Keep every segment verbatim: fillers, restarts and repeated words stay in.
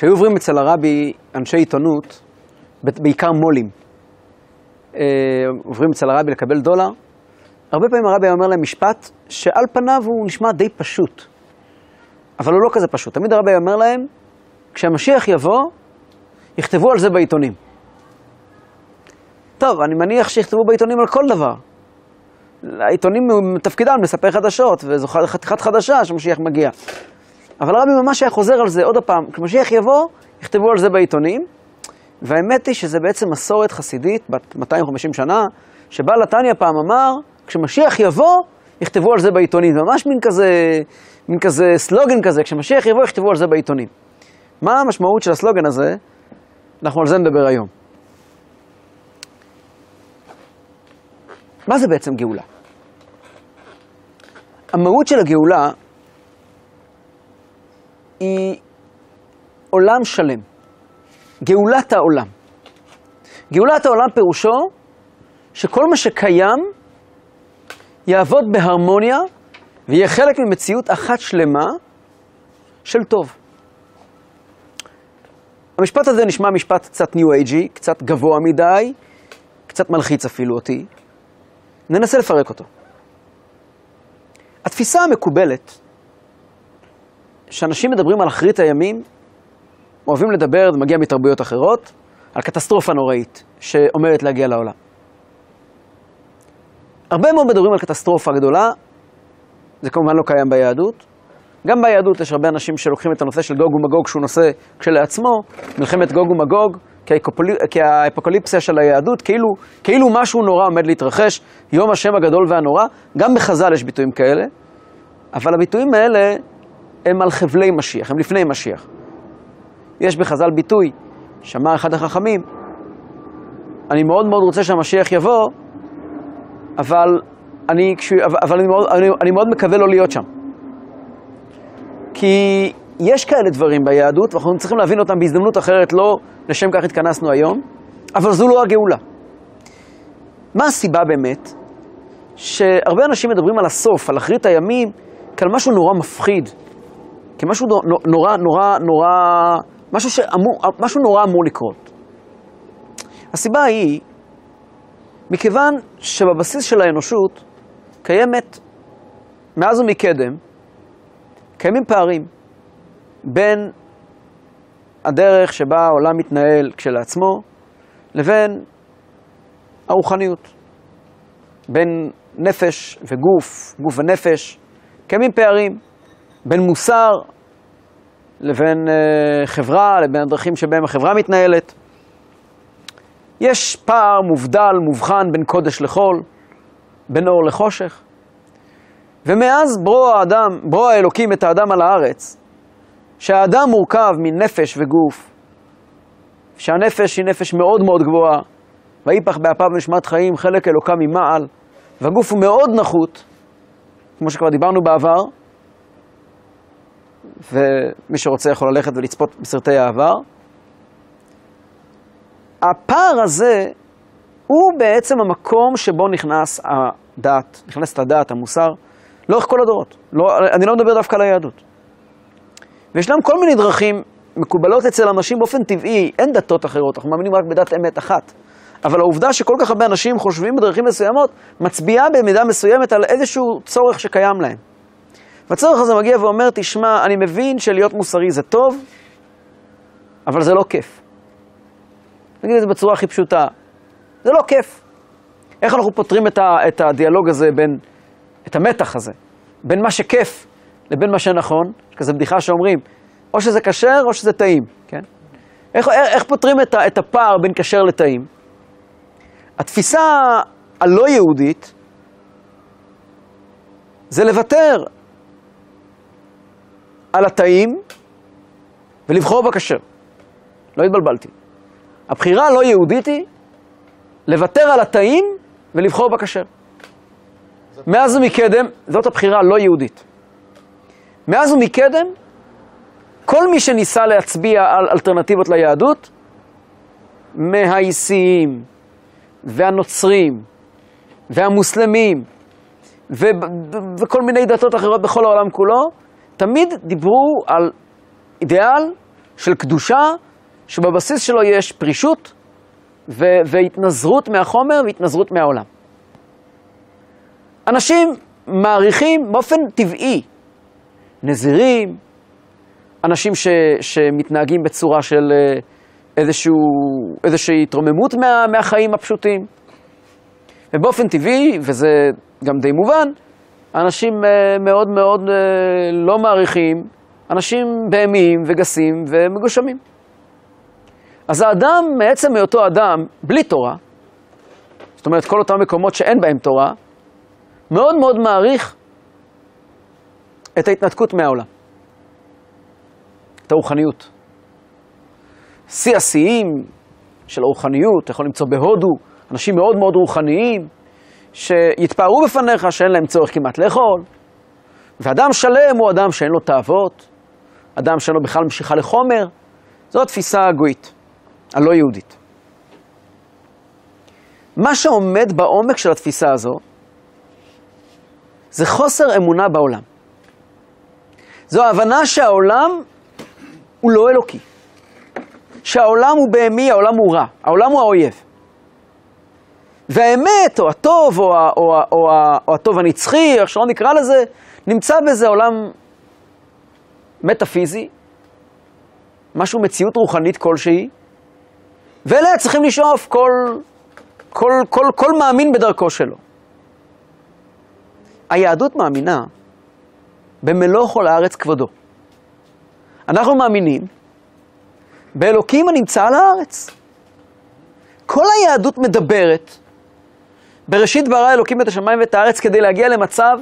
כשהיו עוברים אצל הרבי אנשי עיתונות, בעיקר מולים, עוברים אצל הרבי לקבל דולר, הרבה פעמים הרבי אומר להם משפט שעל פניו הוא נשמע די פשוט, אבל הוא לא כזה פשוט. תמיד הרבי אומר להם, כשהמשיח יבוא, יכתבו על זה בעיתונים. טוב, אני מניח שיכתבו בעיתונים על כל דבר. העיתונים מתפקידם לספר חדשות, וזו חתיכת חדשה שהמשיח מגיע. אבל הרבי ממש היה חוזר על זה עוד הפעם, כשמשיח יבוא, יכתבו על זה בעיתונים, והאמת היא שזה בעצם מסורת חסידית, בת מאתיים וחמישים שנה, שבעל התניא פעם אמר, כשמשיח יבוא, יכתבו על זה בעיתונים. זה ממש מין כזה, מין כזה סלוגן כזה, כשמשיח יבוא, יכתבו על זה בעיתונים. מה המשמעות של הסלוגן הזה? אנחנו על זה נדבר היום. מה זה בעצם גאולה? המהות של הגאולה היא עולם שלם. גאולת העולם. גאולת העולם פירושו שכל מה שקיים יעבוד בהרמוניה ויהיה חלק ממציאות אחת שלמה של טוב. המשפט הזה נשמע משפט קצת ניו אייג'י, קצת גבוה מדי, קצת מלחיץ אפילו אותי. ננסה לפרק אותו. התפיסה המקובלת, שאנשים מדברים על אחרית הימים, אוהבים לדבר, זה מגיע מתרבויות אחרות, על קטסטרופה נוראית שעומדת להגיע לעולם. הרבה מאוד מדברים על קטסטרופה גדולה, זה כמובן לא קיים ביהדות. גם ביהדות יש הרבה אנשים שלוקחים את הנושא של גוג ומגוג שהוא נושא כשלעצמו, מלחמת גוג ומגוג, כי האפוקליפסיה של היהדות, כאילו, כאילו משהו נורא עומד להתרחש, יום השם הגדול והנורא. גם בחז"ל יש ביטויים כאלה, אבל הביטויים האלה הם על חבלי משיח, הם לפני משיח. יש בחז"ל ביטוי, שאמר אחד החכמים, אני מאוד מאוד רוצה שהמשיח יבוא, אבל אני, אבל אני, מאוד, אני, אני מאוד מקווה לא להיות שם. כי יש כאלה דברים ביהדות, ואנחנו צריכים להבין אותם בהזדמנות אחרת, לא לשם כך התכנסנו היום, אבל זו לא הגאולה. מה הסיבה באמת? שהרבה אנשים מדברים על הסוף, על אחרית הימים, כעל משהו נורא מפחיד, כמשהו נורא, נורא, נורא, משהו שאמור, משהו נורא אמור לקרות. הסיבה היא, מכיוון שבבסיס של האנושות קיימת, מאז ומקדם, קיימים פערים בין הדרך שבה העולם מתנהל כשלעצמו, לבין הרוחניות. בין נפש וגוף, גוף ונפש, קיימים פערים. בין מוסר לבין uh, חברה, לבין הדרכים שבהם החברה מתנהלת. יש פער מובדל, מובחן בין קודש לחול, בין אור לחושך. ומאז ברוא האדם, ברוא האלוקים את האדם על הארץ, שהאדם מורכב מנפש וגוף, שהנפש היא נפש מאוד מאוד גבוהה, ויפח באפיו נשמת חיים, חלק אלוקה ממעל, והגוף הוא מאוד נחות, כמו שכבר דיברנו בעבר, ומי שרוצה יכול ללכת ולצפות בסרטי העבר. הפער הזה הוא בעצם המקום שבו נכנס הדת, נכנסת הדת, המוסר, לאורך כל הדורות. לא, אני לא מדבר דווקא על היהדות. וישנם כל מיני דרכים מקובלות אצל אנשים באופן טבעי, אין דתות אחרות, אנחנו מאמינים רק בדת אמת אחת. אבל העובדה שכל כך הרבה אנשים חושבים בדרכים מסוימות, מצביעה במידה מסוימת על איזשהו צורך שקיים להם. והצורך הזה מגיע ואומר, תשמע, אני מבין שלהיות מוסרי זה טוב, אבל זה לא כיף. נגיד את זה בצורה הכי פשוטה, זה לא כיף. איך אנחנו פותרים את, ה, את הדיאלוג הזה, בין, את המתח הזה, בין מה שכיף לבין מה שנכון, כזה בדיחה שאומרים, או שזה כשר או שזה טעים, כן? איך, איך פותרים את, ה, את הפער בין כשר לטעים? התפיסה הלא יהודית זה לוותר על הטעים ולבחור בכשר. לא התבלבלתי. הבחירה הלא יהודית היא לוותר על הטעים ולבחור בכשר. מאז ומקדם, זאת הבחירה הלא יהודית. מאז ומקדם, כל מי שניסה להצביע על אלטרנטיבות ליהדות, מהאיסיים והנוצרים והמוסלמים ו- וכל מיני דתות אחרות בכל העולם כולו, תמיד דיברו על אידיאל של קדושה, שבבסיס שלו יש פרישות ו- והתנזרות מהחומר והתנזרות מהעולם. אנשים מעריכים באופן טבעי נזירים, אנשים ש- שמתנהגים בצורה של איזשהו, איזושהי התרוממות מה- מהחיים הפשוטים. ובאופן טבעי, וזה גם די מובן, אנשים מאוד מאוד לא מעריכים, אנשים בהמיים וגסים ומגושמים. אז האדם, מעצם מאותו אדם, בלי תורה, זאת אומרת כל אותם מקומות שאין בהם תורה, מאוד מאוד מעריך את ההתנתקות מהעולם, את הרוחניות. שיא השיאים של הרוחניות, אתה יכול למצוא בהודו, אנשים מאוד מאוד רוחניים, שיתפארו בפניך שאין להם צורך כמעט לאכול, ואדם שלם הוא אדם שאין לו תאוות, אדם שאין לו בכלל משיכה לחומר. זו התפיסה הגויית, הלא יהודית. מה שעומד בעומק של התפיסה הזו, זה חוסר אמונה בעולם. זו ההבנה שהעולם הוא לא אלוקי. שהעולם הוא בהמי, העולם הוא רע, העולם הוא האויב. והאמת, או הטוב, או, או, או, או, או הטוב הנצחי, איך שלא נקרא לזה, נמצא בזה עולם מטאפיזי, משהו, מציאות רוחנית כלשהי, ואליה צריכים לשאוף כל, כל, כל, כל מאמין בדרכו שלו. היהדות מאמינה במלוא כל הארץ כבודו. אנחנו מאמינים באלוקים הנמצא על הארץ. כל היהדות מדברת, בראשית ברא אלוקים את השמיים ואת הארץ, כדי להגיע למצב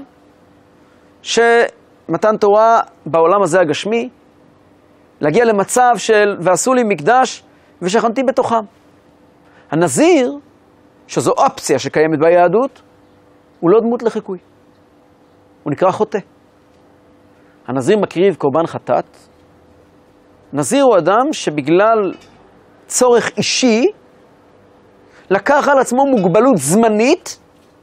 שמתן תורה בעולם הזה הגשמי, להגיע למצב של ועשו לי מקדש ושכנתי בתוכם. הנזיר, שזו אופציה שקיימת ביהדות, הוא לא דמות לחיקוי. הוא נקרא חוטא. הנזיר מקריב קורבן חטאת. נזיר הוא אדם שבגלל צורך אישי, לקח על עצמו מוגבלות זמנית,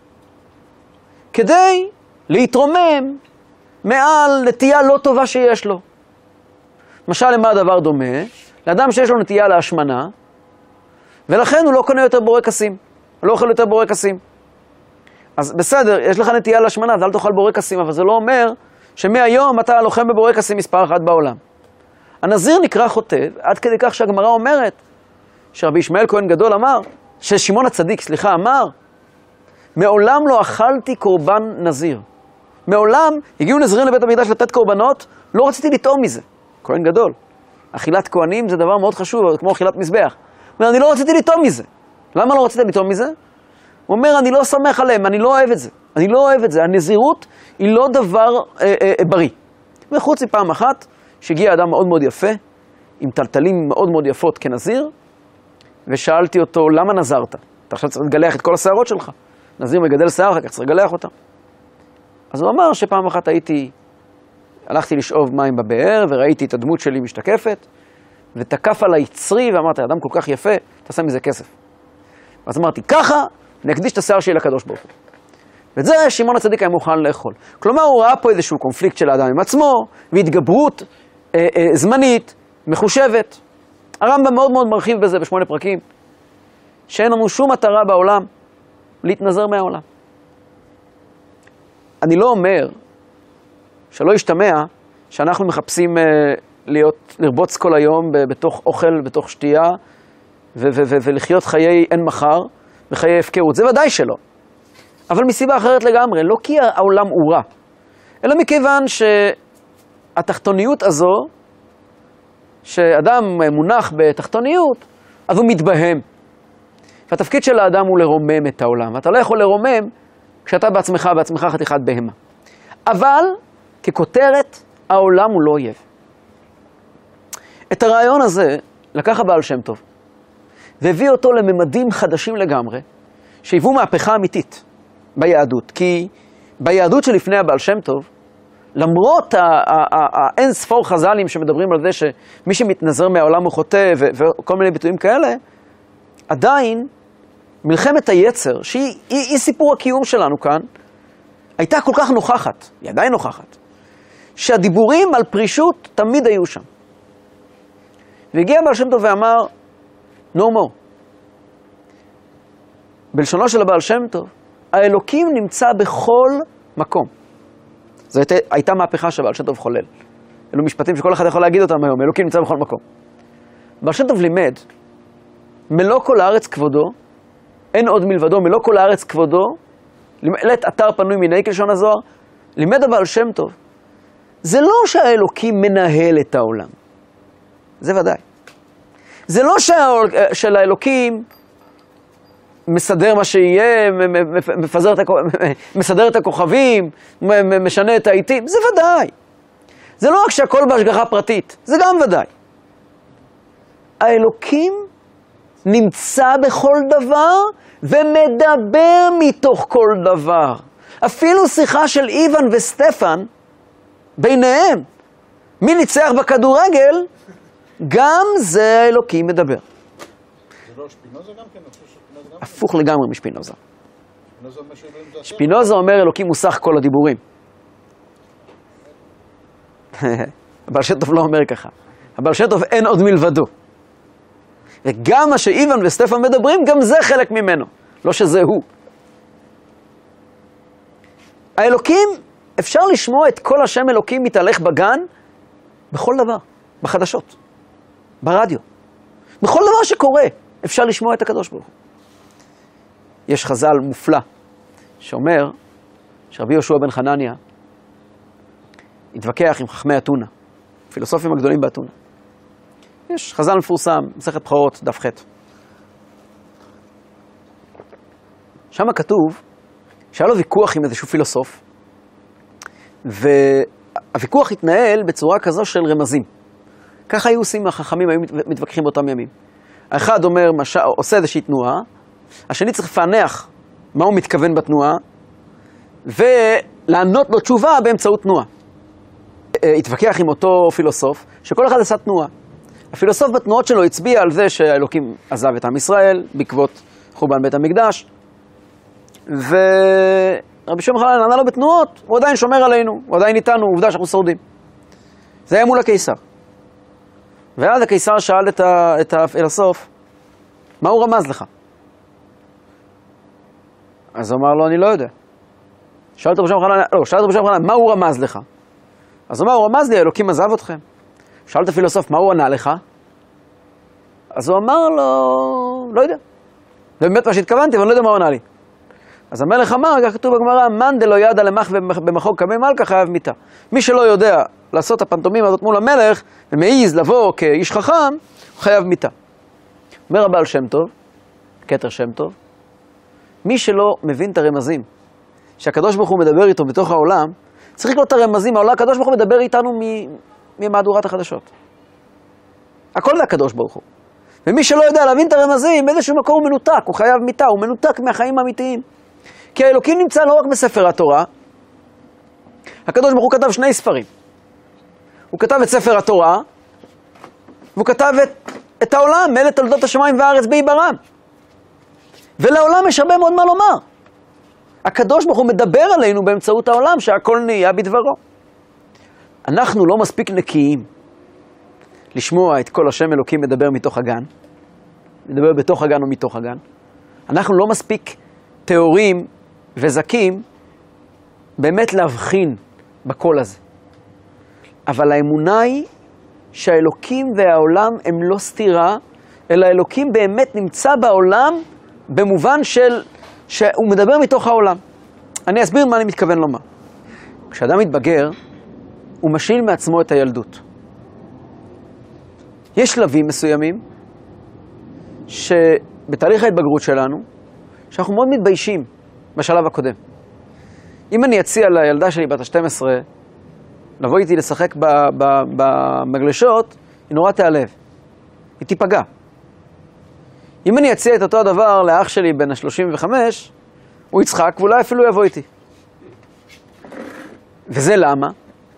כדי להתרומם מעל נטייה לא טובה שיש לו. למשל, למה הדבר דומה? לאדם שיש לו נטייה להשמנה, ולכן הוא לא קונה יותר בורקסים, הוא לא אוכל יותר בורקסים. אז בסדר, יש לך נטייה להשמנה, אז אל תאכל בורקסים, אבל זה לא אומר שמהיום אתה לוחם בבורקסים מספר אחת בעולם. הנזיר נקרא חוטא, עד כדי כך שהגמרא אומרת, שרבי ישמעאל כהן גדול אמר, ששמעון הצדיק, סליחה, אמר, מעולם לא אכלתי קורבן נזיר. מעולם הגיעו נזירים לבית המקדש לתת קורבנות, לא רציתי לטעום מזה. כהן גדול. אכילת כהנים זה דבר מאוד חשוב, כמו אכילת מזבח. אומר, אני לא רציתי לטעום מזה. למה לא רציתי לטעום מזה? הוא אומר, אני לא סומך עליהם, אני לא אוהב את זה. אני לא אוהב את זה. הנזירות היא לא דבר אה, אה, בריא. וחוץ מפעם אחת, שהגיע אדם מאוד מאוד יפה, עם טלטלים מאוד מאוד יפות כנזיר, ושאלתי אותו, למה נזרת? אתה עכשיו צריך לגלח את כל השערות שלך. נזיר מגדל שיער, אחר כך צריך לגלח אותה. אז הוא אמר שפעם אחת הייתי, הלכתי לשאוב מים בבאר, וראיתי את הדמות שלי משתקפת, ותקף עליי צרי, ואמרתי, אדם כל כך יפה, תעשה מזה כסף. אז אמרתי, ככה, נקדיש את השיער שלי לקדוש ברוך הוא. ואת זה שמעון הצדיק היה מוכן לאכול. כלומר, הוא ראה פה איזשהו קונפליקט של האדם עם עצמו, והתגברות אה, אה, זמנית, מחושבת. הרמב"ם מאוד מאוד מרחיב בזה בשמונה פרקים, שאין לנו שום מטרה בעולם להתנזר מהעולם. אני לא אומר, שלא ישתמע, שאנחנו מחפשים אה, להיות, לרבוץ כל היום בתוך אוכל, בתוך שתייה, ו- ו- ו- ולחיות חיי אין מחר, וחיי הפקרות. זה ודאי שלא. אבל מסיבה אחרת לגמרי, לא כי העולם הוא רע, אלא מכיוון שהתחתוניות הזו, שאדם מונח בתחתוניות, אז הוא מתבהם. והתפקיד של האדם הוא לרומם את העולם. ואתה לא יכול לרומם כשאתה בעצמך, בעצמך חתיכת בהמה. אבל, ככותרת, העולם הוא לא אויב. את הרעיון הזה לקח הבעל שם טוב, והביא אותו לממדים חדשים לגמרי, שהיוו מהפכה אמיתית ביהדות. כי ביהדות שלפני הבעל שם טוב, למרות האין ספור חז"לים שמדברים על זה שמי שמתנזר מהעולם הוא חוטא וכל מיני ביטויים כאלה, עדיין מלחמת היצר, שהיא היא, היא סיפור הקיום שלנו כאן, הייתה כל כך נוכחת, היא עדיין נוכחת, שהדיבורים על פרישות תמיד היו שם. והגיע בעל שם טוב ואמר, no more. בלשונו של הבעל שם טוב, האלוקים נמצא בכל מקום. זו הייתה, הייתה מהפכה שהבעל שם טוב חולל. אלו משפטים שכל אחד יכול להגיד אותם היום, אלוקים נמצא בכל מקום. בעל שם טוב לימד, מלוא כל הארץ כבודו, אין עוד מלבדו, מלוא כל הארץ כבודו, לימד אתר פנוי מיני כלשון הזוהר, לימד הבעל שם טוב. זה לא שהאלוקים מנהל את העולם. זה ודאי. זה לא שהאלוקים מסדר מה שיהיה, מפזר את הכוכבים, מסדר את הכוכבים, משנה את העיתים, זה ודאי. זה לא רק שהכל בהשגחה פרטית, זה גם ודאי. האלוקים נמצא בכל דבר ומדבר מתוך כל דבר. אפילו שיחה של איוון וסטפן, ביניהם, מי ניצח בכדורגל, גם זה האלוקים מדבר. זה לא שפינוזה גם כן? הפוך לגמרי משפינוזה. שפינוזה אומר אלוקים הוא סך כל הדיבורים. הבעל שם טוב לא אומר ככה. הבעל שם טוב אין עוד מלבדו. וגם מה שאיוון וסטפן מדברים, גם זה חלק ממנו. לא שזה הוא. האלוקים, אפשר לשמוע את כל השם אלוקים מתהלך בגן, בכל דבר. בחדשות. ברדיו. בכל דבר שקורה, אפשר לשמוע את הקדוש ברוך הוא. יש חז"ל מופלא, שאומר שרבי יהושע בן חנניה התווכח עם חכמי אתונה, הפילוסופים הגדולים באתונה. יש חז"ל מפורסם, מסכת בכורות, דף ח'. שם כתוב שהיה לו ויכוח עם איזשהו פילוסוף, והוויכוח התנהל בצורה כזו של רמזים. ככה היו עושים החכמים, היו מתווכחים באותם ימים. האחד אומר, מש... עושה איזושהי תנועה, השני צריך לפענח מה הוא מתכוון בתנועה, ולענות לו תשובה באמצעות תנועה. התווכח עם אותו פילוסוף, שכל אחד עשה תנועה. הפילוסוף בתנועות שלו הצביע על זה שהאלוקים עזב את עם ישראל, בעקבות חורבן בית המקדש, ורבי שמעון חנניה ענה לו בתנועות, הוא עדיין שומר עלינו, הוא עדיין איתנו, עובדה שאנחנו שורדים. זה היה מול הקיסר. ואז הקיסר שאל את, ה... את הפילוסוף, מה הוא רמז לך? אז הוא אמר לו, אני לא יודע. שאל את רבי שמעון חנניה, לא, שאל את רבי שמעון חנניה, מה הוא רמז לך? אז הוא אמר, הוא רמז לי, האלוקים עזב אתכם. שאל את הפילוסוף, מה הוא ענה לך? אז הוא אמר לו, לא יודע. זה באמת מה שהתכוונתי, אבל אני לא יודע מה הוא ענה לי. אז המלך אמר, כך כתוב בגמרא, מאן דלא ידע למח במחוג קמי מלכה חייב מיתה. מי שלא יודע לעשות הפנטומימה הזאת מול המלך, ומעיז לבוא כאיש חכם, הוא חייב מיתה. אומר הבעל שם טוב, כתר שם טוב, מי שלא מבין את הרמזים, שהקדוש ברוך הוא מדבר איתו בתוך העולם, צריך לקרוא את הרמזים, העולם הקדוש ברוך הוא מדבר איתנו ממהדורת החדשות. הכל זה הקדוש ברוך הוא. ומי שלא יודע להבין את הרמזים, באיזשהו מקום הוא מנותק, הוא חייב מיתה, הוא מנותק מהחיים האמיתיים. כי האלוקים נמצא לא רק בספר התורה, הקדוש ברוך הוא כתב שני ספרים. הוא כתב את ספר התורה, והוא כתב את, את העולם, מלא תולדות השמיים והארץ בעיברם. ולעולם יש הרבה מאוד מה לומר. הקדוש ברוך הוא מדבר עלינו באמצעות העולם, שהכל נהיה בדברו. אנחנו לא מספיק נקיים לשמוע את כל השם אלוקים מדבר מתוך הגן, מדבר בתוך הגן או מתוך הגן. אנחנו לא מספיק תיאורים וזקים באמת להבחין בקול הזה. אבל האמונה היא שהאלוקים והעולם הם לא סתירה, אלא האלוקים באמת נמצא בעולם במובן של שהוא מדבר מתוך העולם. אני אסביר מה אני מתכוון לומר. כשאדם מתבגר, הוא משיל מעצמו את הילדות. יש שלבים מסוימים שבתהליך ההתבגרות שלנו, שאנחנו מאוד מתביישים בשלב הקודם. אם אני אציע לילדה שלי בת ה-שתים עשרה לבוא איתי לשחק במגלשות, היא נורא תיעלב. היא תיפגע. אם אני אציע את אותו הדבר לאח שלי בן ה-שלושים וחמש, הוא יצחק ואולי אפילו יבוא איתי. וזה למה?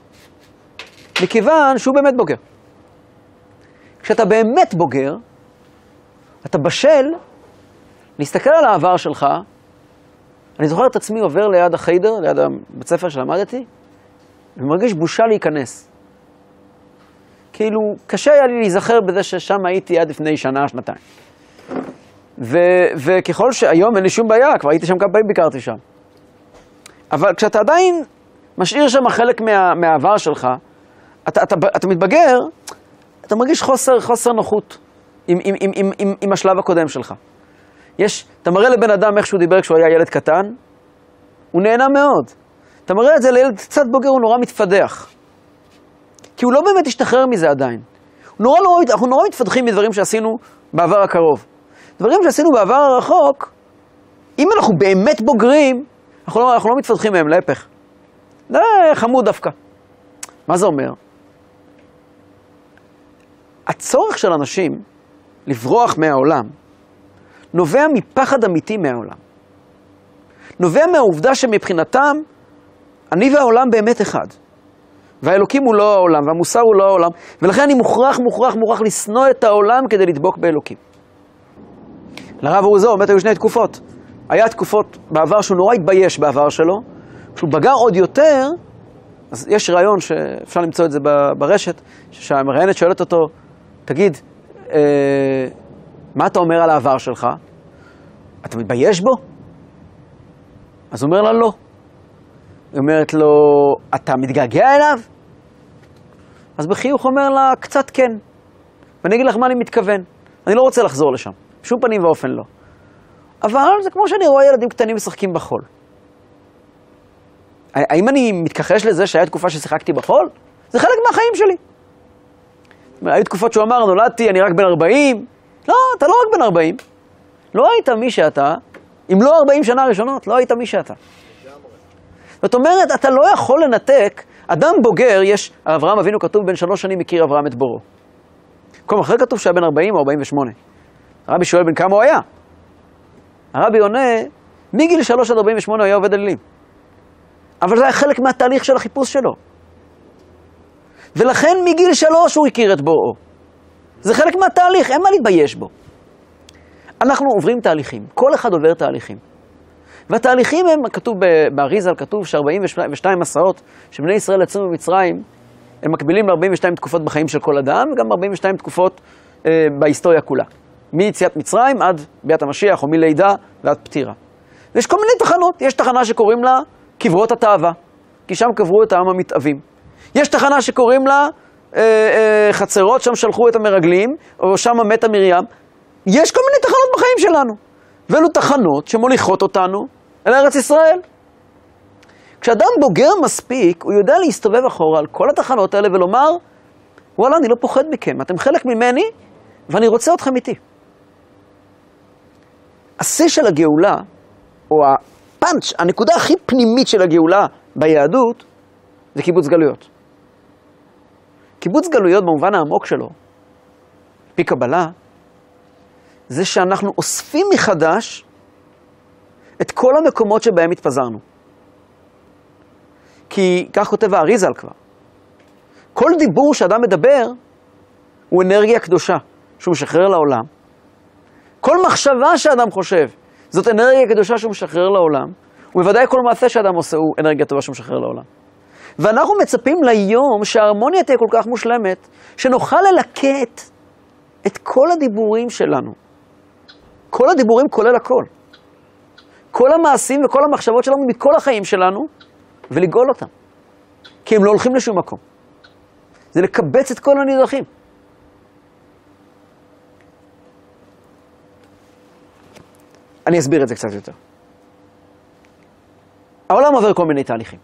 מכיוון שהוא באמת בוגר. כשאתה באמת בוגר, אתה בשל להסתכל על העבר שלך. אני זוכר את עצמי עובר ליד החיידר, ליד הבית ספר שלמדתי, ומרגיש בושה להיכנס. כאילו, קשה היה לי להיזכר בזה ששם הייתי עד לפני שנה, שנתיים. ו, וככל שהיום אין לי שום בעיה, כבר הייתי שם כמה פעמים, ביקרתי שם. אבל כשאתה עדיין משאיר שם חלק מה, מהעבר שלך, אתה, אתה, אתה מתבגר, אתה מרגיש חוסר, חוסר נוחות עם, עם, עם, עם, עם, עם השלב הקודם שלך. יש, אתה מראה לבן אדם איך שהוא דיבר כשהוא היה ילד קטן, הוא נהנה מאוד. אתה מראה את זה לילד קצת בוגר, הוא נורא מתפדח. כי הוא לא באמת השתחרר מזה עדיין. נורא, נורא, אנחנו נורא מתפדחים מדברים שעשינו בעבר הקרוב. דברים שעשינו בעבר הרחוק, אם אנחנו באמת בוגרים, אנחנו לא, אנחנו לא מתפתחים מהם, להפך. זה חמוד דווקא. מה זה אומר? הצורך של אנשים לברוח מהעולם נובע מפחד אמיתי מהעולם. נובע מהעובדה שמבחינתם אני והעולם באמת אחד. והאלוקים הוא לא העולם, והמוסר הוא לא העולם, ולכן אני מוכרח, מוכרח, מוכרח לשנוא את העולם כדי לדבוק באלוקים. לרב אוריזו, באמת היו שני תקופות. היה תקופות בעבר שהוא נורא התבייש בעבר שלו, כשהוא בגר עוד יותר, אז יש רעיון שאפשר למצוא את זה ברשת, שהמראיינת שואלת אותו, תגיד, אה, מה אתה אומר על העבר שלך? אתה מתבייש בו? אז הוא אומר לה לא. היא אומרת לו, אתה מתגעגע אליו? אז בחיוך אומר לה, קצת כן. ואני אגיד לך מה אני מתכוון. אני לא רוצה לחזור לשם. בשום פנים ואופן לא. אבל זה כמו שאני רואה ילדים קטנים משחקים בחול. האם אני מתכחש לזה שהיה תקופה ששיחקתי בחול? זה חלק מהחיים שלי. היו תקופות שהוא אמר, נולדתי, אני רק בן ארבעים. לא, אתה לא רק בן ארבעים. לא היית מי שאתה, אם לא ארבעים שנה ראשונות, לא היית מי שאתה. זאת אומרת, אתה לא יכול לנתק, אדם בוגר, יש, אברהם אבינו כתוב, בן שלוש שנים מכיר אברהם את בורו. במקום אחר כתוב שהיה בן ארבעים או ארבעים ושמונה. הרבי שואל בן כמה הוא היה. הרבי עונה, מגיל שלוש עד ארבעים ושמונה הוא היה עובד אלילים. אבל זה היה חלק מהתהליך של החיפוש שלו. ולכן מגיל שלוש הוא הכיר את בורו. זה חלק מהתהליך, אין מה להתבייש בו. אנחנו עוברים תהליכים, כל אחד עובר תהליכים. והתהליכים הם, כתוב באריזל, כתוב ש-ארבעים ושתיים מסעות שבני ישראל יצאו ממצרים, הם מקבילים ל-ארבעים ושתיים תקופות בחיים של כל אדם, וגם ארבעים ושתיים תקופות אה, בהיסטוריה כולה. מיציאת מצרים עד ביאת המשיח, או מלידה ועד פטירה. ויש כל מיני תחנות, יש תחנה שקוראים לה קברות התאווה, כי שם קברו את העם המתאבים. יש תחנה שקוראים לה אה, אה, חצרות, שם שלחו את המרגלים, או שם מתה מרים. יש כל מיני תחנות בחיים שלנו. ואלו תחנות שמוליכות אותנו אל ארץ ישראל. כשאדם בוגר מספיק, הוא יודע להסתובב אחורה על כל התחנות האלה ולומר, וואלה, אני לא פוחד מכם, אתם חלק ממני, ואני רוצה אתכם איתי. השיא של הגאולה, או הפאנץ', הנקודה הכי פנימית של הגאולה ביהדות, זה קיבוץ גלויות. קיבוץ גלויות במובן העמוק שלו, פי קבלה, זה שאנחנו אוספים מחדש את כל המקומות שבהם התפזרנו. כי כך כותב האריזל כבר. כל דיבור שאדם מדבר הוא אנרגיה קדושה שהוא משחרר לעולם. כל מחשבה שאדם חושב זאת אנרגיה קדושה שהוא משחרר לעולם. ובוודאי כל מעשה שאדם עושה הוא אנרגיה טובה שהוא משחרר לעולם. ואנחנו מצפים ליום שההרמוניה תהיה כל כך מושלמת שנוכל ללקט את כל הדיבורים שלנו. כל הדיבורים כולל הכל. כל המעשים וכל המחשבות שלנו מכל החיים שלנו, ולגאול אותם. כי הם לא הולכים לשום מקום. זה לקבץ את כל הנדרכים. אני אסביר את זה קצת יותר. העולם עובר כל מיני תהליכים.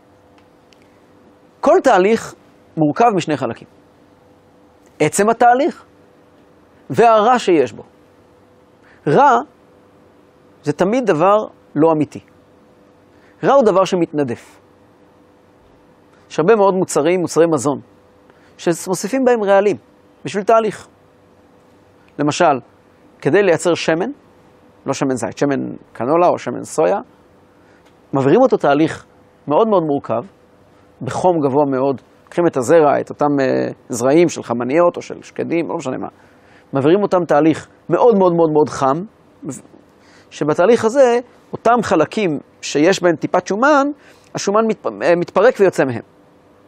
כל תהליך מורכב משני חלקים. עצם התהליך והרע שיש בו. רע זה תמיד דבר לא אמיתי. רע הוא דבר שמתנדף. יש הרבה מאוד מוצרים, מוצרי מזון, שמוסיפים בהם רעלים, בשביל תהליך. למשל, כדי לייצר שמן, לא שמן זית, שמן קנולה או שמן סויה, מעבירים אותו תהליך מאוד מאוד מורכב, בחום גבוה מאוד, לוקחים את הזרע, את אותם uh, זרעים של חמניות או של שקדים, לא משנה מה, מעבירים אותם תהליך מאוד מאוד מאוד מאוד חם, שבתהליך הזה, אותם חלקים שיש בהם טיפת שומן, השומן מת, מתפרק ויוצא מהם.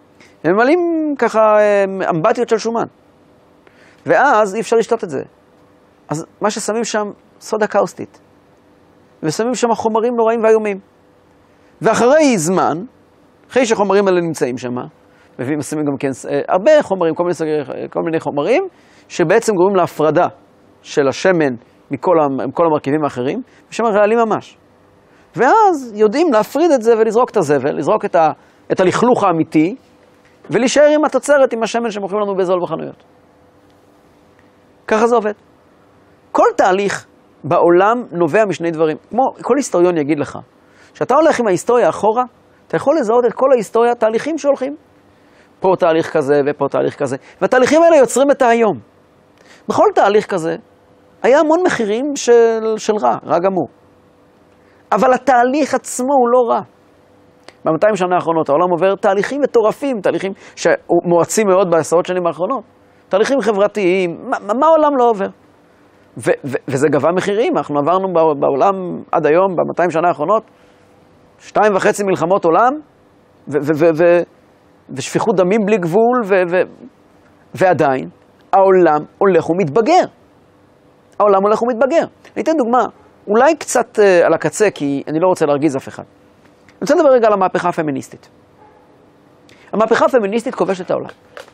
הם ממלאים ככה אמבטיות של שומן. ואז אי אפשר לשתות את זה. אז מה ששמים שם, סודה קאוסטית. ושמים שם חומרים נוראים ואיומים. ואחרי זמן, אחרי שחומרים האלה נמצאים שם, מביאים, שמים גם כן, הרבה חומרים, כל מיני, כל מיני חומרים, שבעצם גורמים להפרדה של השמן מכל, מכל המרכיבים האחרים, ושם ריאלי ממש. ואז יודעים להפריד את זה ולזרוק את הזבל, לזרוק את, ה, את הלכלוך האמיתי, ולהישאר עם התוצרת, עם השמן שמוכרים לנו בזול בחנויות. ככה זה עובד. כל תהליך בעולם נובע משני דברים. כמו כל היסטוריון יגיד לך, כשאתה הולך עם ההיסטוריה אחורה, אתה יכול לזהות את כל ההיסטוריה, תהליכים שהולכים. פה תהליך כזה ופה תהליך כזה. והתהליכים האלה יוצרים את היום. בכל תהליך כזה, היה המון מחירים של, של רע, רע גמור. אבל התהליך עצמו הוא לא רע. ב-מאתיים שנה האחרונות העולם עובר תהליכים מטורפים, תהליכים שמואצים מאוד בעשרות שנים האחרונות. תהליכים חברתיים, מה, מה העולם לא עובר? ו- ו- וזה גבה מחירים, אנחנו עברנו בעולם עד היום, ב-מאתיים שנה האחרונות, שתיים וחצי מלחמות עולם, ו- ו- ו- ו- ושפיכות דמים בלי גבול, ו- ו- ועדיין העולם הולך ומתבגר. העולם הולך ומתבגר. אני אתן דוגמה, אולי קצת uh, על הקצה, כי אני לא רוצה להרגיז אף אחד. אני רוצה לדבר רגע על המהפכה הפמיניסטית. המהפכה הפמיניסטית כובשת את העולם.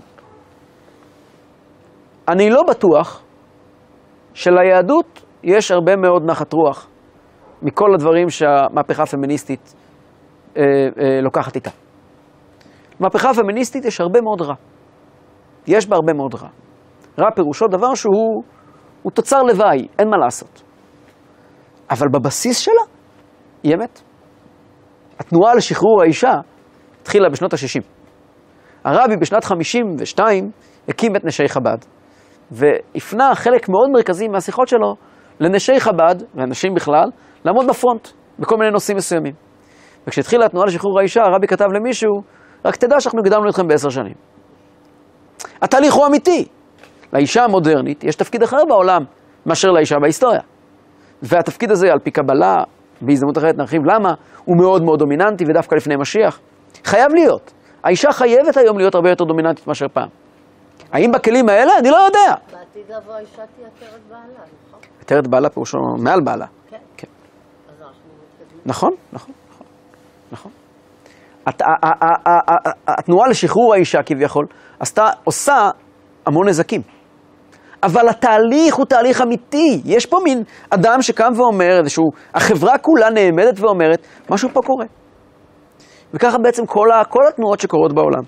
אני לא בטוח שליהדות יש הרבה מאוד נחת רוח מכל הדברים שהמהפכה הפמיניסטית אה, אה, לוקחת איתה. במהפכה הפמיניסטית יש הרבה מאוד רע. יש בה הרבה מאוד רע. רע פירושו דבר שהוא הוא תוצר לוואי, אין מה לעשות. אבל בבסיס שלה היא אמת. התנועה לשחרור האישה התחילה בשנות ה-שישים. הרבי בשנת חמישים ושתיים הקים את נשי חב"ד, והפנה חלק מאוד מרכזי מהשיחות שלו לנשי חב"ד, ואנשים בכלל, לעמוד בפרונט בכל מיני נושאים מסוימים. וכשהתחילה התנועה לשחרור האישה, הרבי כתב למישהו, רק תדע שאנחנו גדלנו אתכם בעשר שנים. התהליך הוא אמיתי. לאישה המודרנית יש תפקיד אחר בעולם מאשר לאישה בהיסטוריה. והתפקיד הזה, על פי קבלה, בהזדמנות אחרת נרחיב למה, הוא מאוד מאוד דומיננטי, ודווקא לפני משיח. חייב להיות. האישה חייבת היום להיות הרבה יותר דומיננטית מאשר פעם. האם בכלים האלה? אני לא יודע. בעתיד לבוא האישה תהיה עטרת בעלה, נכון? עטרת בעלה פירושו מעל בעלה. כן. כן. אז אנחנו מתקדמים. נכון, נכון, נכון. נכון. הת- ה- ה- ה- ה- ה- התנועה לשחרור האישה כביכול, עשתה, עושה המון נזקים. אבל התהליך הוא תהליך אמיתי. יש פה מין אדם שקם ואומר, איזשהו, החברה כולה נעמדת ואומרת, משהו פה קורה. וככה בעצם כל, ה, כל התנועות שקורות בעולם.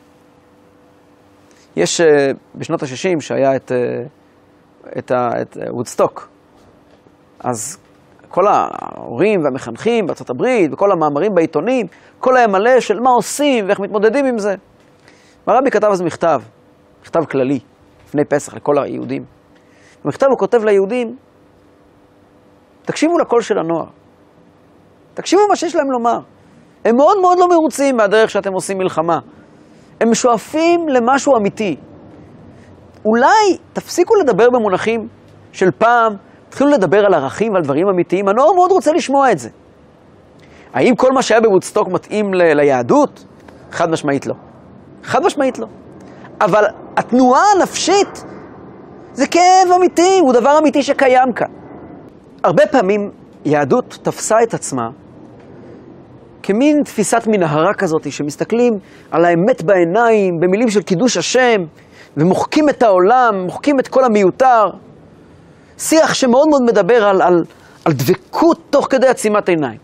יש uh, בשנות ה-שישים שהיה את, uh, את, ה, את uh, וודסטוק. אז כל ההורים והמחנכים בארצות הברית, וכל המאמרים בעיתונים, כל היה מלא של מה עושים ואיך מתמודדים עם זה. הרבי כתב אז מכתב, מכתב כללי, לפני פסח לכל היהודים. במכתב הוא כותב ליהודים, תקשיבו לקול של הנוער. תקשיבו מה שיש להם לומר. הם מאוד מאוד לא מרוצים מהדרך שאתם עושים מלחמה. הם שואפים למשהו אמיתי. אולי תפסיקו לדבר במונחים של פעם, תתחילו לדבר על ערכים ועל דברים אמיתיים. הנוער מאוד רוצה לשמוע את זה. האם כל מה שהיה בוודסטוק מתאים ל- ליהדות? חד משמעית לא. חד משמעית לא. אבל התנועה הנפשית זה כאב אמיתי, הוא דבר אמיתי שקיים כאן. הרבה פעמים יהדות תפסה את עצמה כמין תפיסת מנהרה כזאת, שמסתכלים על האמת בעיניים, במילים של קידוש השם, ומוחקים את העולם, מוחקים את כל המיותר. שיח שמאוד מאוד מדבר על, על, על דבקות תוך כדי עצימת עיניים.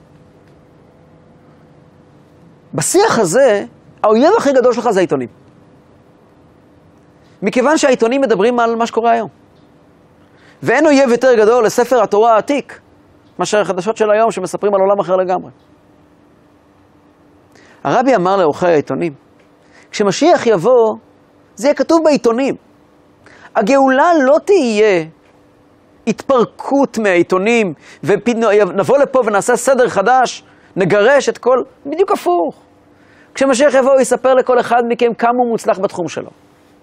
בשיח הזה, האויב הכי גדול שלך זה העיתונים. מכיוון שהעיתונים מדברים על מה שקורה היום. ואין אויב יותר גדול לספר התורה העתיק, מאשר החדשות של היום שמספרים על עולם אחר לגמרי. הרבי אמר לעורכי העיתונים, כשמשיח יבוא, זה יהיה כתוב בעיתונים. הגאולה לא תהיה התפרקות מהעיתונים, ונבוא לפה ונעשה סדר חדש, נגרש את כל, בדיוק הפוך. כשמשיח יבוא, הוא יספר לכל אחד מכם כמה הוא מוצלח בתחום שלו.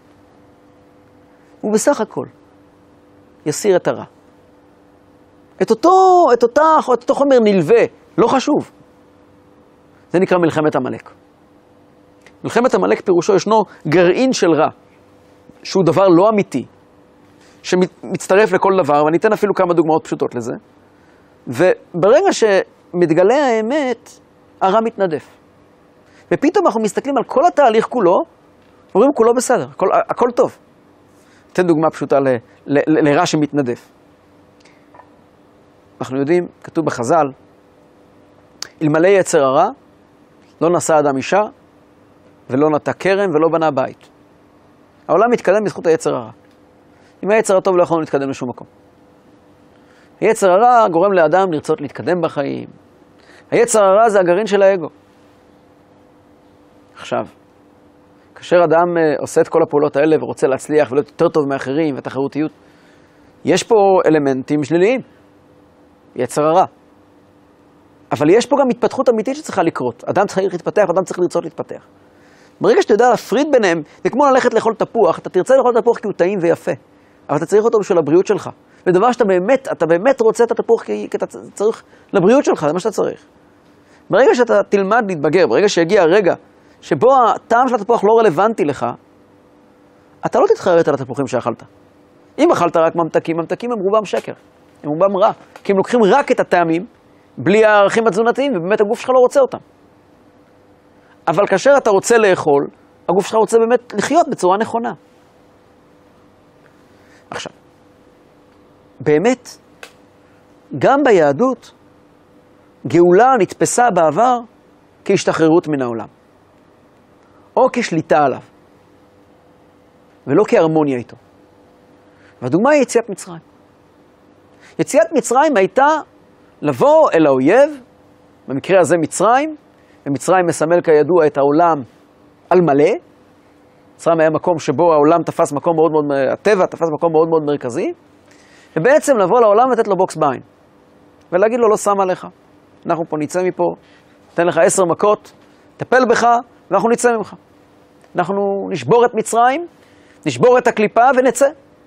הוא בסך הכל יסיר את הרע. את אותו, את אותה, את אותו חומר נלווה, לא חשוב. זה נקרא מלחמת עמלק. מלחמת עמלק פירושו ישנו גרעין של רע, שהוא דבר לא אמיתי, שמצטרף לכל דבר, ואני אתן אפילו כמה דוגמאות פשוטות לזה. וברגע שמתגלה האמת, הרע מתנדף. ופתאום אנחנו מסתכלים על כל התהליך כולו, אומרים כולו בסדר, הכל, הכל טוב. אתן דוגמה פשוטה ל, ל, ל, לרע שמתנדף. אנחנו יודעים, כתוב בחז"ל, אלמלא יצר הרע, לא נשא אדם אישה, ולא נטע כרם, ולא בנה בית. העולם מתקדם בזכות היצר הרע. אם היצר הטוב לא יכולנו להתקדם לשום מקום. היצר הרע גורם לאדם לרצות להתקדם בחיים. היצר הרע זה הגרעין של האגו. עכשיו, כאשר אדם עושה את כל הפעולות האלה ורוצה להצליח ולהיות יותר טוב מאחרים ותחרותיות, יש פה אלמנטים שליליים. יצר הרע. אבל יש פה גם התפתחות אמיתית שצריכה לקרות. אדם צריך להתפתח, אדם צריך לרצות להתפתח. ברגע שאתה יודע להפריד ביניהם, זה כמו ללכת לאכול תפוח, אתה תרצה לאכול תפוח כי הוא טעים ויפה, אבל אתה צריך אותו בשביל הבריאות שלך. ודבר שאתה באמת, אתה באמת רוצה את התפוח כי, כי אתה צריך לבריאות שלך, זה מה שאתה צריך. ברגע שאתה תלמד להתבגר, ברגע שיגיע הרגע שבו הטעם של התפוח לא רלוונטי לך, אתה לא תתחרט על התפוחים שאכלת. אם אכלת רק ממתקים, ממתקים הם רובם שקר, הם רובם רע, כי הם לוקחים רק את הטעמים, בלי הערכים התזונתיים, ובאמת הגוף שלך לא רוצה אותם. אבל כאשר אתה רוצה לאכול, הגוף שלך רוצה באמת לחיות בצורה נכונה. עכשיו, באמת, גם ביהדות, גאולה נתפסה בעבר כהשתחררות מן העולם. או כשליטה עליו. ולא כהרמוניה איתו. והדוגמה היא יציאת מצרים. יציאת מצרים הייתה לבוא אל האויב, במקרה הזה מצרים, ומצרים מסמל כידוע את העולם על מלא. מצרים היה מקום שבו העולם תפס מקום מאוד מאוד, הטבע תפס מקום מאוד מאוד מרכזי, ובעצם לבוא לעולם ולתת לו בוקס בעין. ולהגיד לו, לא שם עליך. אנחנו פה נצא מפה, נתן לך עשר מכות, טפל בך, ואנחנו נצא ממך. אנחנו נשבור את מצרים, נשבור את הקליפה ונצא.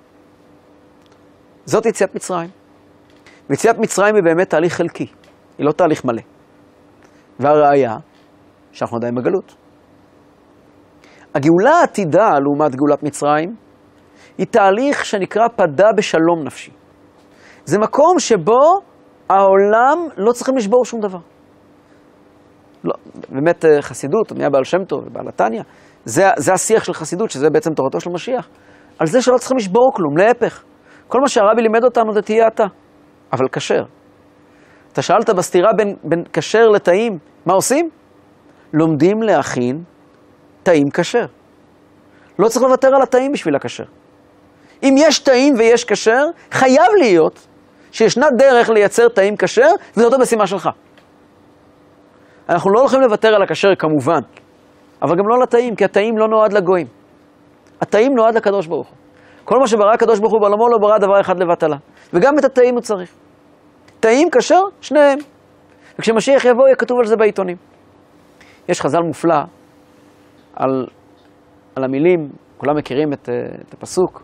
זאת יציאת מצרים. ויציאת מצרים היא באמת תהליך חלקי, היא לא תהליך מלא. והראיה, שאנחנו עדיין בגלות. הגאולה העתידה, לעומת גאולת מצרים, היא תהליך שנקרא פדה בשלום נפשי. זה מקום שבו העולם לא צריכים לשבור שום דבר. לא, באמת חסידות, נהיה בעל שם טוב ובעל התניא, זה, זה השיח של חסידות, שזה בעצם תורתו של משיח. על זה שלא צריכים לשבור כלום, להפך. כל מה שהרבי לימד אותנו זה תהיה אתה, אבל כשר. אתה שאלת בסתירה בין, בין כשר לטעים, מה עושים? לומדים להכין טעים כשר. לא צריך לוותר על הטעים בשביל הכשר. אם יש טעים ויש כשר, חייב להיות שישנה דרך לייצר טעים כשר, וזאת המשימה שלך. אנחנו לא הולכים לוותר על הכשר כמובן, אבל גם לא לטעים, כי הטעים לא נועד לגויים. הטעים נועד לקדוש ברוך הוא. כל מה שברא הקדוש ברוך הוא בעולמו לא ברא דבר אחד לבטלה. וגם את הטעים הוא צריך. טעים כשר, שניהם. וכשמשיח יבוא, יהיה כתוב על זה בעיתונים. יש חז"ל מופלא על, על המילים, כולם מכירים את, את הפסוק,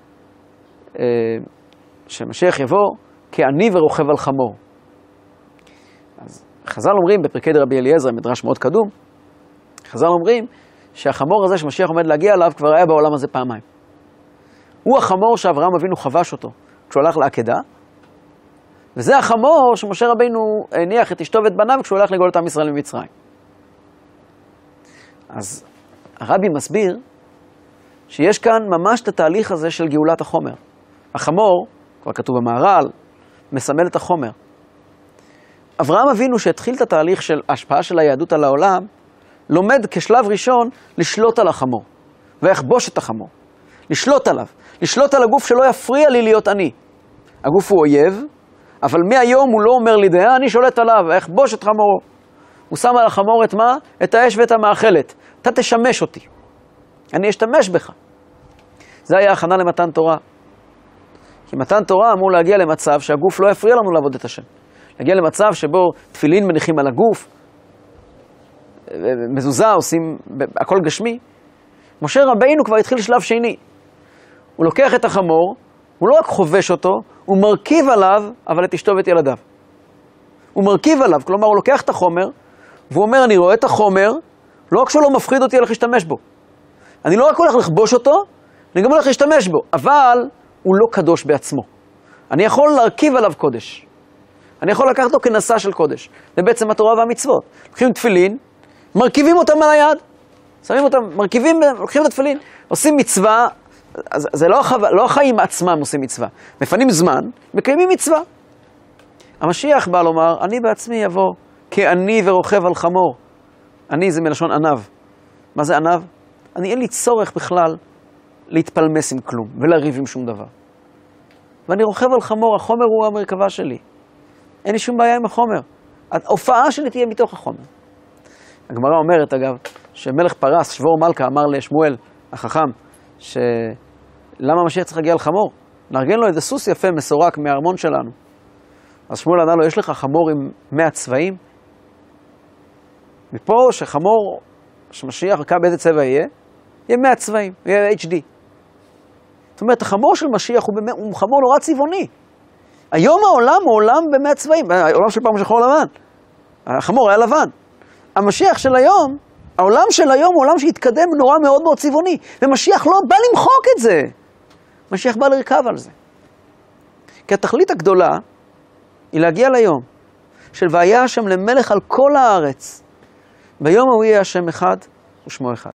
שמשיח יבוא כעני ורוכב על חמור. אז חז"ל אומרים, בפרקי דרבי אליעזר, מדרש מאוד קדום, חז"ל אומרים שהחמור הזה שמשיח עומד להגיע אליו כבר היה בעולם הזה פעמיים. הוא החמור שאברהם אבינו חבש אותו כשהוא הלך לעקדה, וזה החמור שמשה רבינו הניח את אשתו ואת בניו כשהוא הלך לגאול את עם ישראל ממצרים. אז הרבי מסביר שיש כאן ממש את התהליך הזה של גאולת החומר. החמור, כבר כתוב במהר"ל, מסמל את החומר. אברהם אבינו שהתחיל את התהליך של ההשפעה של היהדות על העולם, לומד כשלב ראשון לשלוט על החמור, ויחבוש את החמור. לשלוט עליו, לשלוט על הגוף שלא יפריע לי להיות אני. הגוף הוא אויב, אבל מהיום הוא לא אומר לי דעה, אני שולט עליו, ויחבוש את חמורו. הוא שם על החמור את מה? את האש ואת המאכלת. אתה תשמש אותי. אני אשתמש בך. זה היה הכנה למתן תורה. כי מתן תורה אמור להגיע למצב שהגוף לא יפריע לנו לעבוד את השם. להגיע למצב שבו תפילין מניחים על הגוף, מזוזה עושים, הכל גשמי. משה רבינו כבר התחיל שלב שני. הוא לוקח את החמור, הוא לא רק חובש אותו, הוא מרכיב עליו, אבל את אשתו ואת ילדיו. הוא מרכיב עליו, כלומר הוא לוקח את החומר, והוא אומר, אני רואה את החומר, לא רק שהוא לא מפחיד אותי, הולך להשתמש בו. אני לא רק הולך לכבוש אותו, אני גם הולך להשתמש בו, אבל הוא לא קדוש בעצמו. אני יכול להרכיב עליו קודש. אני יכול לקחת אותו כנשא של קודש. זה בעצם התורה והמצוות. לוקחים תפילין, מרכיבים אותם על היד. שמים אותם, מרכיבים, לוקחים את התפילין, עושים מצווה, זה לא, החו... לא החיים עצמם עושים מצווה. מפנים זמן, מקיימים מצווה. המשיח בא לומר, אני בעצמי יבוא כעני ורוכב על חמור. אני זה מלשון ענב. מה זה ענב? אני אין לי צורך בכלל להתפלמס עם כלום ולריב עם שום דבר. ואני רוכב על חמור, החומר הוא המרכבה שלי. אין לי שום בעיה עם החומר. ההופעה שלי תהיה מתוך החומר. הגמרא אומרת, אגב, שמלך פרס, שבור מלכה, אמר לשמואל, החכם, שלמה המשיח צריך להגיע על חמור? נארגן לו איזה סוס יפה, מסורק מהארמון שלנו. אז שמואל ענה לו, יש לך חמור עם מאה צבעים? מפה שחמור, שמשיח רכה באיזה צבע יהיה? יהיה מאה צבעים, יהיה אייץ' די. זאת אומרת, החמור של משיח הוא, במא, הוא חמור נורא צבעוני. היום העולם הוא עולם במאה צבעים, העולם של פעם שחור לבן. החמור היה לבן. המשיח של היום, העולם של היום הוא עולם שהתקדם נורא מאוד מאוד צבעוני, ומשיח לא בא למחוק את זה. משיח בא לרכב על זה. כי התכלית הגדולה היא להגיע ליום של והיה השם למלך על כל הארץ. ביום הוא יהיה השם אחד ושמו אחד.